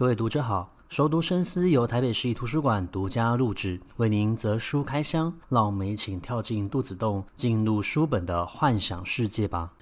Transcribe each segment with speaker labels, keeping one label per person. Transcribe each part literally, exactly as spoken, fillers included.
Speaker 1: 各位读者好，熟读深思由台北市立图书馆独家录制，为您择书开箱，让我们一起跳进肚子洞，进入书本的幻想世界吧。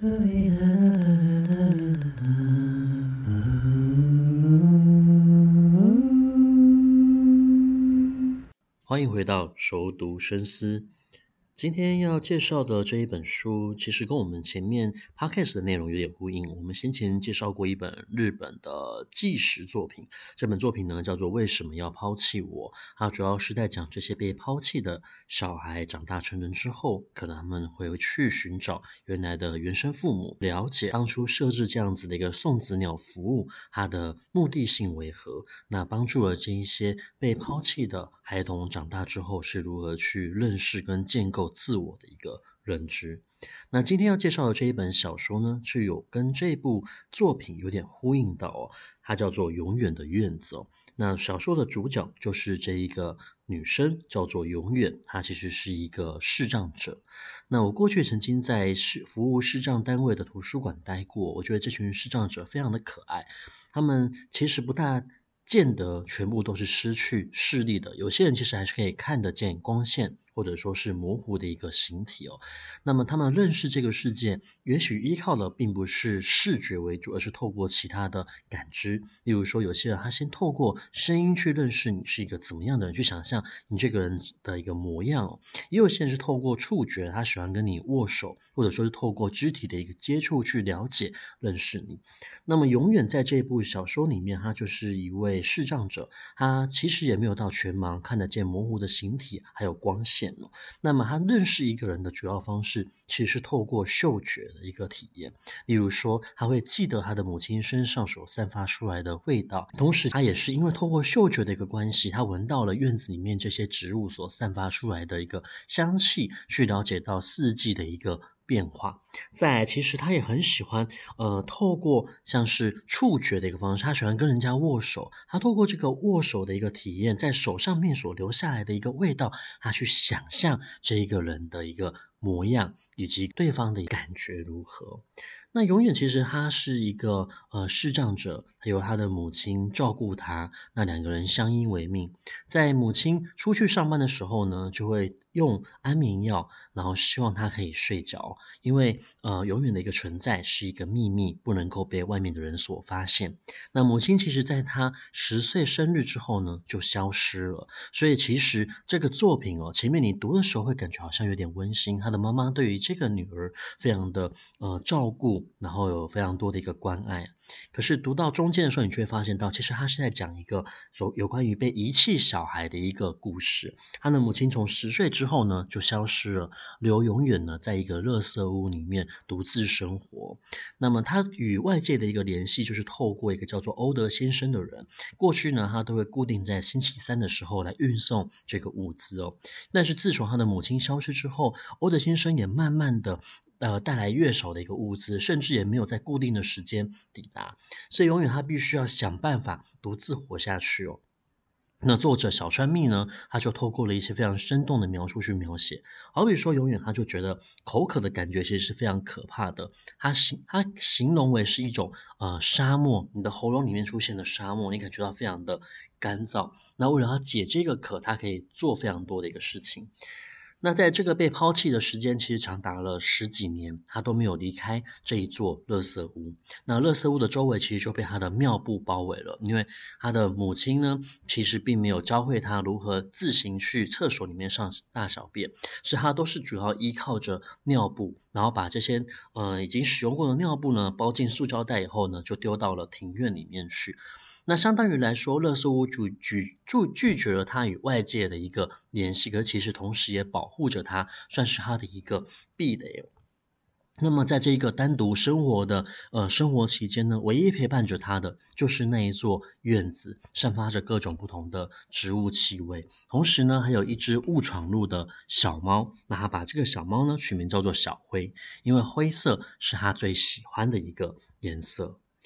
Speaker 1: 欢迎回到熟读深思。今天要介绍的这一本书，其实跟我们前面 podcast 的内容有点呼应。我们先前介绍过一本日本的纪实作品，这本作品呢叫做《为什么要抛弃我》，它主要是在讲这些被抛弃的小孩长大成人之后，可能他们会去寻找原来的原生父母，了解当初设置这样子的一个送子鸟服务，它的目的性为何，那帮助了这一些被抛弃的孩童长大之后是如何去认识跟建构自我的一个认知。那今天要介绍的这一本小说呢，是有跟这部作品有点呼应到哦，它叫做《永远的院子》哦。那小说的主角就是这一个女生，叫做永远，她其实是一个视障者。那我过去曾经在视服务视障单位的图书馆待过，我觉得这群视障者非常的可爱，他们其实不大见得全部都是失去视力的，有些人其实还是可以看得见光线，或者说是模糊的一个形体哦。那么他们认识这个世界，也许依靠的并不是视觉为主，而是透过其他的感知。例如说，有些人他先透过声音去认识你是一个怎么样的人，去想象你这个人的一个模样哦。也有些人是透过触觉，他喜欢跟你握手，或者说是透过肢体的一个接触去了解、认识你。那么永远在这部小说里面，他就是一位视障者，他其实也没有到全盲，看得见模糊的形体还有光线哦。那么他认识一个人的主要方式其实是透过嗅觉的一个体验，例如说他会记得他的母亲身上所散发出来的味道，同时他也是因为透过嗅觉的一个关系，他闻到了院子里面这些植物所散发出来的一个香气，去了解到四季的一个变化。再来，其实他也很喜欢呃，透过像是触觉的一个方式，他喜欢跟人家握手，他透过这个握手的一个体验，在手上面所留下来的一个味道，他去想象这一个人的一个模样，以及对方的感觉如何。那永远其实他是一个呃视障者，还有他的母亲照顾他，那两个人相依为命。在母亲出去上班的时候呢，就会用安眠药，然后希望他可以睡着，因为呃永远的一个存在是一个秘密，不能够被外面的人所发现。那母亲其实在他十岁生日之后呢，就消失了。所以其实这个作品哦，前面你读的时候会感觉好像有点温馨，他的妈妈对于这个女儿非常的呃照顾，然后有非常多的一个关爱。可是读到中间的时候，你就会发现到，其实他是在讲一个所有关于被遗弃小孩的一个故事。他的母亲从十岁之后呢就消失了，留永远呢在一个垃圾屋里面独自生活。那么他与外界的一个联系，就是透过一个叫做欧德先生的人。过去呢，他都会固定在星期三的时候来运送这个物资哦。但是自从他的母亲消失之后，欧德先生也慢慢的呃，带来越少的一个物资，甚至也没有在固定的时间抵达，所以永远他必须要想办法独自活下去哦。那作者小川蜜呢，他就透过了一些非常生动的描述去描写，好比说永远他就觉得口渴的感觉其实是非常可怕的，他形他形容为是一种呃沙漠，你的喉咙里面出现的沙漠，你感觉到非常的干燥，那为了要解这个渴，他可以做非常多的一个事情。那在这个被抛弃的时间其实长达了十几年，他都没有离开这一座垃圾屋。那垃圾屋的周围其实就被他的尿布包围了，因为他的母亲呢，其实并没有教会他如何自行去厕所里面上大小便，所以他都是主要依靠着尿布，然后把这些呃已经使用过的尿布呢包进塑胶袋以后呢，就丢到了庭院里面去。那相当于来说，垃圾屋拒拒拒拒绝了他与外界的一个联系，可其实同时也保护着他，算是他的一个壁垒。那么在这一个单独生活的呃生活期间呢，唯一陪伴着他的就是那一座院子，散发着各种不同的植物气味。同时呢，还有一只误闯入的小猫，那他把这个小猫呢取名叫做小灰，因为灰色是他最喜欢的一个颜色。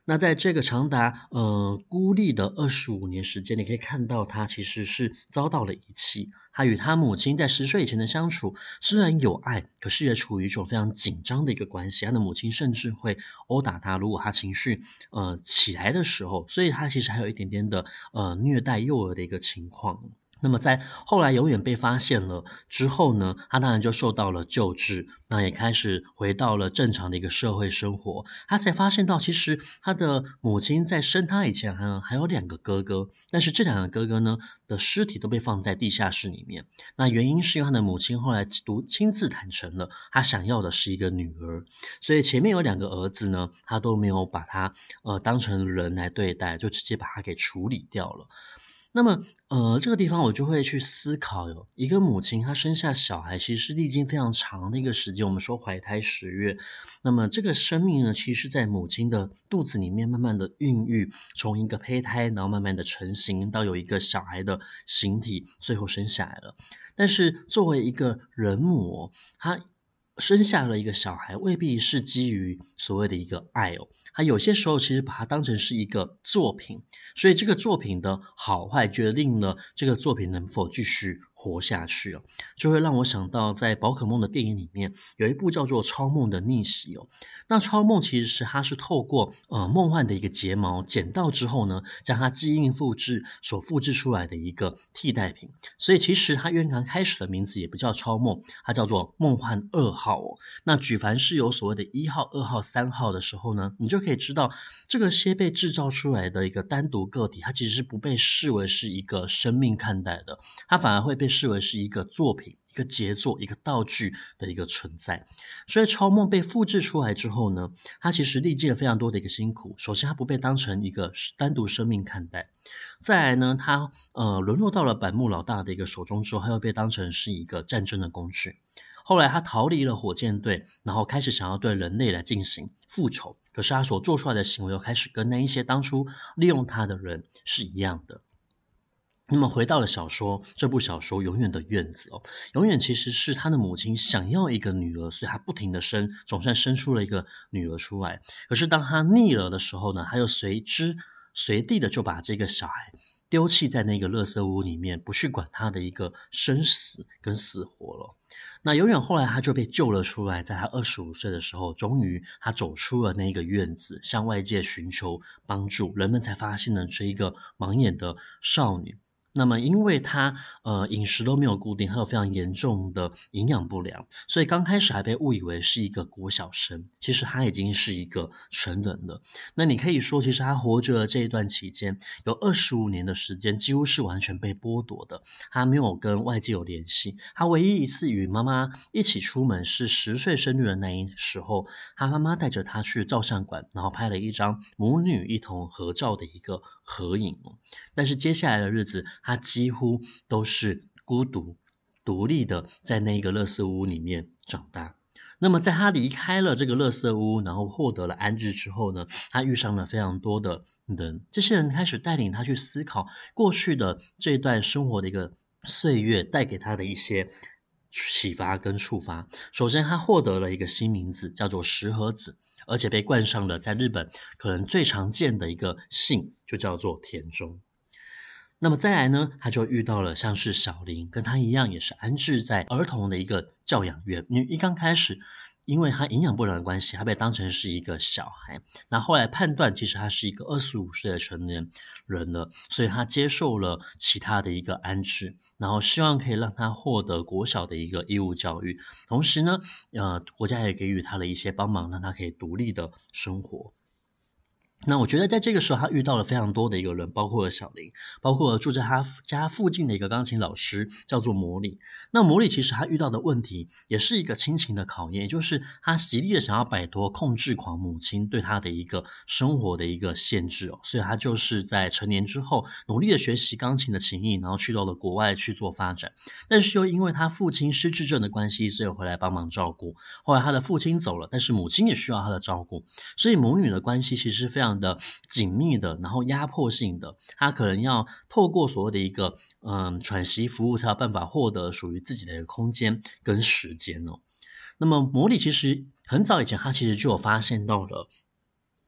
Speaker 1: 那在这个长达呃孤立的二十五年时间，你可以看到他其实是遭到了遗弃。他与他母亲在十岁以前的相处，虽然有爱，可是也处于一种非常紧张的一个关系。他的母亲甚至会殴打他，如果他情绪呃起来的时候，所以他其实还有一点点的呃虐待幼儿的一个情况。那么在后来永远被发现了之后呢，他当然就受到了救治，那也开始回到了正常的一个社会生活。他才发现到，其实他的母亲在生他以前还还有两个哥哥，但是这两个哥哥呢的尸体都被放在地下室里面。那原因是因为他的母亲后来独亲自坦诚了，他想要的是一个女儿，所以前面有两个儿子呢，他都没有把他呃当成人来对待，就直接把他给处理掉了。那么，呃，这个地方我就会去思考哟，一个母亲她生下小孩，其实是历经非常长的一个时间。我们说怀胎十月，那么这个生命呢，其实是在母亲的肚子里面慢慢的孕育，从一个胚胎，然后慢慢的成型，到有一个小孩的形体，最后生下来了。但是作为一个人母哦，她生下了一个小孩，未必是基于所谓的一个爱哦，她有些时候其实把它当成是一个作品。所以这个作品的好坏决定了这个作品能否继续活下去哦，就会让我想到在宝可梦的电影里面有一部叫做超梦的逆袭哦。那超梦其实是它是透过呃梦幻的一个睫毛捡到之后呢，将它基因复制所复制出来的一个替代品，所以其实它原来开始的名字也不叫超梦，它叫做梦幻二号哦。那举凡是有所谓的一号、二号、三号的时候呢，你就可以知道这个些被制造出来的一个单独个体，它其实是不被视为是一个生命看待的，它反而会被视为是一个作品、一个杰作、一个道具的一个存在。所以超梦被复制出来之后呢，它其实历经了非常多的一个辛苦。首先，它不被当成一个单独生命看待；再来呢，它呃沦落到了板木老大的一个手中之后，它又被当成是一个战争的工具。后来他逃离了火箭队，然后开始想要对人类来进行复仇，可是他所做出来的行为又开始跟那一些当初利用他的人是一样的。那么回到了小说，这部小说《永远的院子》哦，永远其实是他的母亲想要一个女儿，所以他不停的生，总算生出了一个女儿出来。可是当他腻了的时候呢，他又随之随地的就把这个小孩丢弃在那个垃圾屋里面，不去管他的一个生死跟死活了。那永远后来他就被救了出来，在他二十五岁的时候，终于他走出了那个院子，向外界寻求帮助，人们才发现了这一个盲眼的少女。那么因为他呃饮食都没有固定，还有非常严重的营养不良，所以刚开始还被误以为是一个国小生，其实他已经是一个成人了。那你可以说，其实他活着的这一段期间，有二十五年的时间几乎是完全被剥夺的，他没有跟外界有联系。他唯一一次与妈妈一起出门是十岁生日的那一时候，他妈妈带着他去照相馆，然后拍了一张母女一同合照的一个合影。但是接下来的日子，他几乎都是孤独、独立的在那个垃圾屋里面长大。那么在他离开了这个垃圾屋，然后获得了安置之后呢，他遇上了非常多的人，这些人开始带领他去思考过去的这一段生活的一个岁月带给他的一些启发跟触发。首先，他获得了一个新名字，叫做石河子，而且被冠上了在日本可能最常见的一个姓，就叫做田中。那么再来呢，他就遇到了像是小林，跟他一样也是安置在儿童的一个教养院。因为一刚开始，因为他营养不良的关系，他被当成是一个小孩。那后来判断，其实他是一个二十五岁的成年人了，所以他接受了其他的一个安置，然后希望可以让他获得国小的一个义务教育。同时呢，呃，国家也给予他了一些帮忙，让他可以独立的生活。那我觉得在这个时候，他遇到了非常多的一个人，包括了小林，包括了住在他家附近的一个钢琴老师，叫做魔里。那魔里其实他遇到的问题，也是一个亲情的考验，也就是他极力的想要摆脱控制狂母亲对他的一个生活的一个限制哦，所以他就是在成年之后，努力的学习钢琴的琴艺，然后去到了国外去做发展。但是又因为他父亲失智症的关系，所以回来帮忙照顾。后来他的父亲走了，但是母亲也需要他的照顾，所以母女的关系其实非常的紧密的，然后压迫性的，他可能要透过所谓的一个嗯喘息服务，才有办法获得属于自己的一个空间跟时间哦。那么魔力其实很早以前，他其实就有发现到了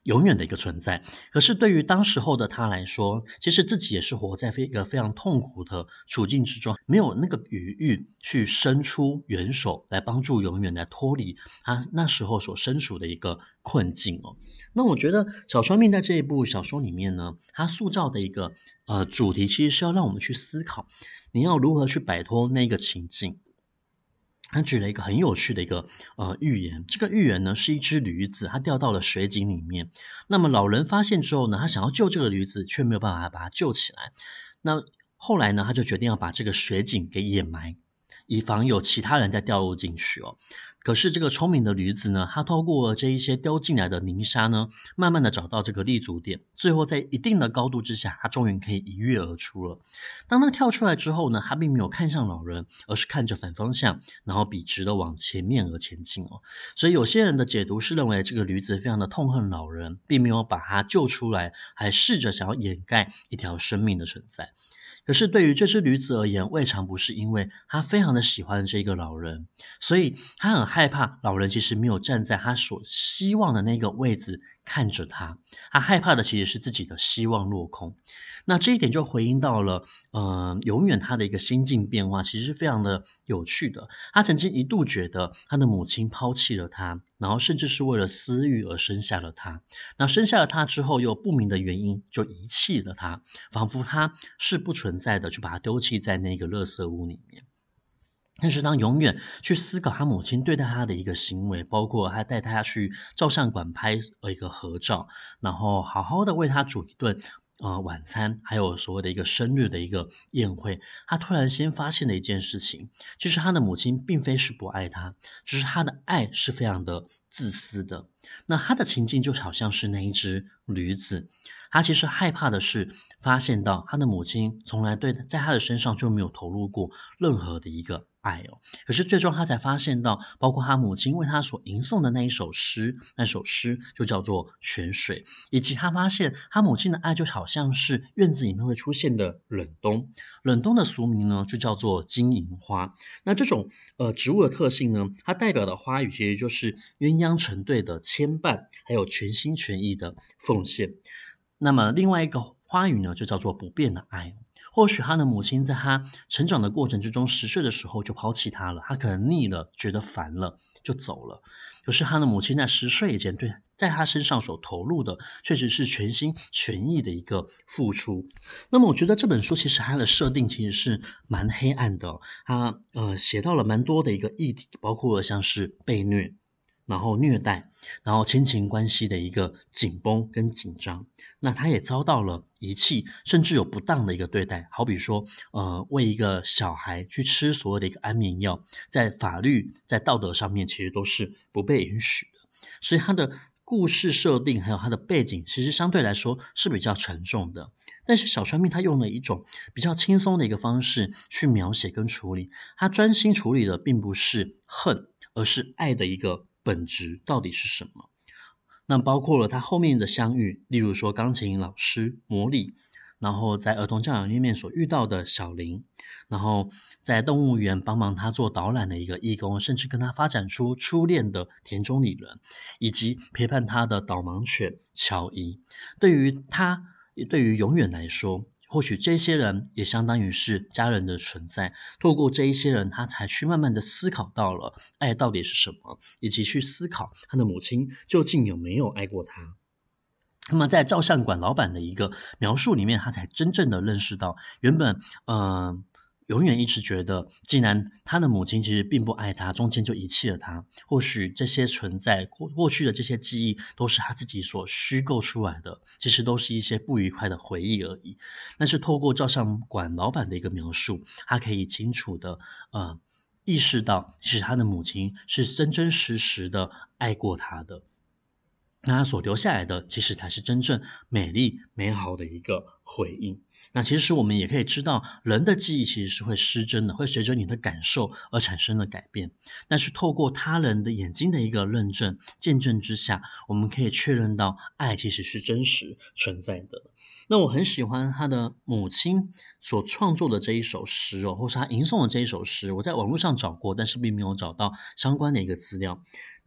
Speaker 1: 永远的一个存在。可是对于当时候的他来说，其实自己也是活在一个非常痛苦的处境之中，没有那个余裕去伸出援手来帮助永远来脱离他那时候所身处的一个困境哦。那我觉得小川命在这一部小说里面呢，他塑造的一个呃主题，其实是要让我们去思考，你要如何去摆脱那个情境。他举了一个很有趣的一个呃寓言，这个寓言呢是一只驴子，它掉到了水井里面。那么老人发现之后呢，他想要救这个驴子，却没有办法把它救起来。那后来呢，他就决定要把这个水井给掩埋，以防有其他人再掉入进去哦。可是这个聪明的驴子呢，它透过这一些丢进来的泥沙呢，慢慢的找到这个立足点，最后在一定的高度之下，它终于可以一跃而出了。当它跳出来之后呢，它并没有看向老人，而是看着反方向，然后笔直的往前面而前进哦。所以有些人的解读是认为这个驴子非常的痛恨老人，并没有把它救出来，还试着想要掩盖一条生命的存在。可是对于这只驴子而言，未尝不是因为他非常的喜欢这个老人，所以他很害怕老人其实没有站在他所希望的那个位置看着他，他害怕的其实是自己的希望落空。那这一点就回应到了，呃，永远他的一个心境变化，其实是非常的有趣的。他曾经一度觉得他的母亲抛弃了他，然后甚至是为了私欲而生下了他。那生下了他之后，又不明的原因就遗弃了他，仿佛他是不存在的，就把他丢弃在那个垃圾屋里面。但是当永远去思考他母亲对待他的一个行为，包括他带他去照相馆拍一个合照，然后好好的为他煮一顿呃晚餐，还有所谓的一个生日的一个宴会，他突然先发现了一件事情，就是他的母亲并非是不爱他，只是他的爱是非常的自私的。那他的情境就好像是那一只驴子，他其实害怕的是发现到他的母亲从来对在他的身上就没有投入过任何的一个爱哦。可是最终他才发现到，包括他母亲为他所吟诵的那一首诗，那首诗就叫做泉水，以及他发现他母亲的爱就好像是院子里面会出现的冷冬，冷冬的俗名呢就叫做金银花。那这种呃植物的特性呢，它代表的花语其实就是鸳鸯成对的牵绊，还有全心全意的奉献。那么另外一个花语呢，就叫做不变的爱。或许他的母亲在他成长的过程之中，十岁的时候就抛弃他了，他可能腻了，觉得烦了，就走了。可是他的母亲在十岁以前对在他身上所投入的，确实是全心全意的一个付出。那么我觉得这本书其实它的设定其实是蛮黑暗的哦，它呃写到了蛮多的一个议题，包括像是被虐，然后虐待，然后亲情关系的一个紧绷跟紧张。那他也遭到了遗弃，甚至有不当的一个对待，好比说呃，为一个小孩去吃所谓的一个安眠药，在法律在道德上面其实都是不被允许的。所以他的故事设定还有他的背景其实相对来说是比较沉重的，但是小川命他用了一种比较轻松的一个方式去描写跟处理，他专心处理的并不是恨，而是爱的一个本质到底是什么。那包括了他后面的相遇，例如说钢琴老师魔力，然后在儿童教养里面所遇到的小林，然后在动物园帮忙他做导览的一个义工，甚至跟他发展出初恋的田中理人，以及陪伴他的导盲犬乔伊。对于他，也对于永远来说，或许这些人也相当于是家人的存在，透过这一些人，他才去慢慢的思考到了爱到底是什么，以及去思考他的母亲究竟有没有爱过他。那么在照相馆老板的一个描述里面，他才真正的认识到，原本呃永远一直觉得，既然他的母亲其实并不爱他，中间就遗弃了他，或许这些存在过过去的这些记忆都是他自己所虚构出来的，其实都是一些不愉快的回忆而已。但是透过照相馆老板的一个描述，他可以清楚的呃意识到，其实他的母亲是真真实实的爱过他的。那他所留下来的，其实才是真正美丽美好的一个回应。那其实我们也可以知道，人的记忆其实是会失真的，会随着你的感受而产生了改变。但是透过他人的眼睛的一个认证、见证之下，我们可以确认到爱其实是真实存在的。那我很喜欢他的母亲所创作的这一首诗哦，或是他吟诵的这一首诗，我在网络上找过，但是并没有找到相关的一个资料。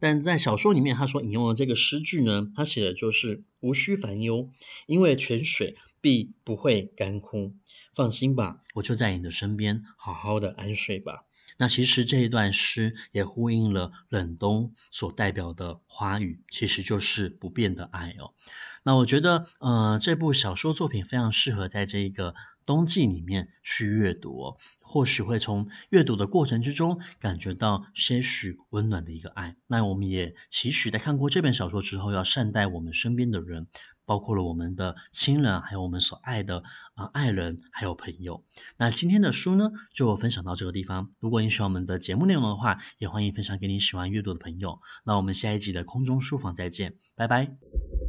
Speaker 1: 但在小说里面他所引用的这个诗句呢，他写的就是无需烦忧，因为泉水必不会干枯，放心吧，我就在你的身边，好好的安睡吧。那其实这一段诗也呼应了冷冬所代表的花语，其实就是不变的爱哦。那我觉得，呃，这部小说作品非常适合在这个冬季里面去阅读哦，或许会从阅读的过程之中感觉到些许温暖的一个爱。那我们也期许在看过这本小说之后，要善待我们身边的人，包括了我们的亲人，还有我们所爱的啊、呃、爱人，还有朋友。那今天的书呢，就分享到这个地方。如果你喜欢我们的节目内容的话，也欢迎分享给你喜欢阅读的朋友。那我们下一集的空中书房再见，拜拜。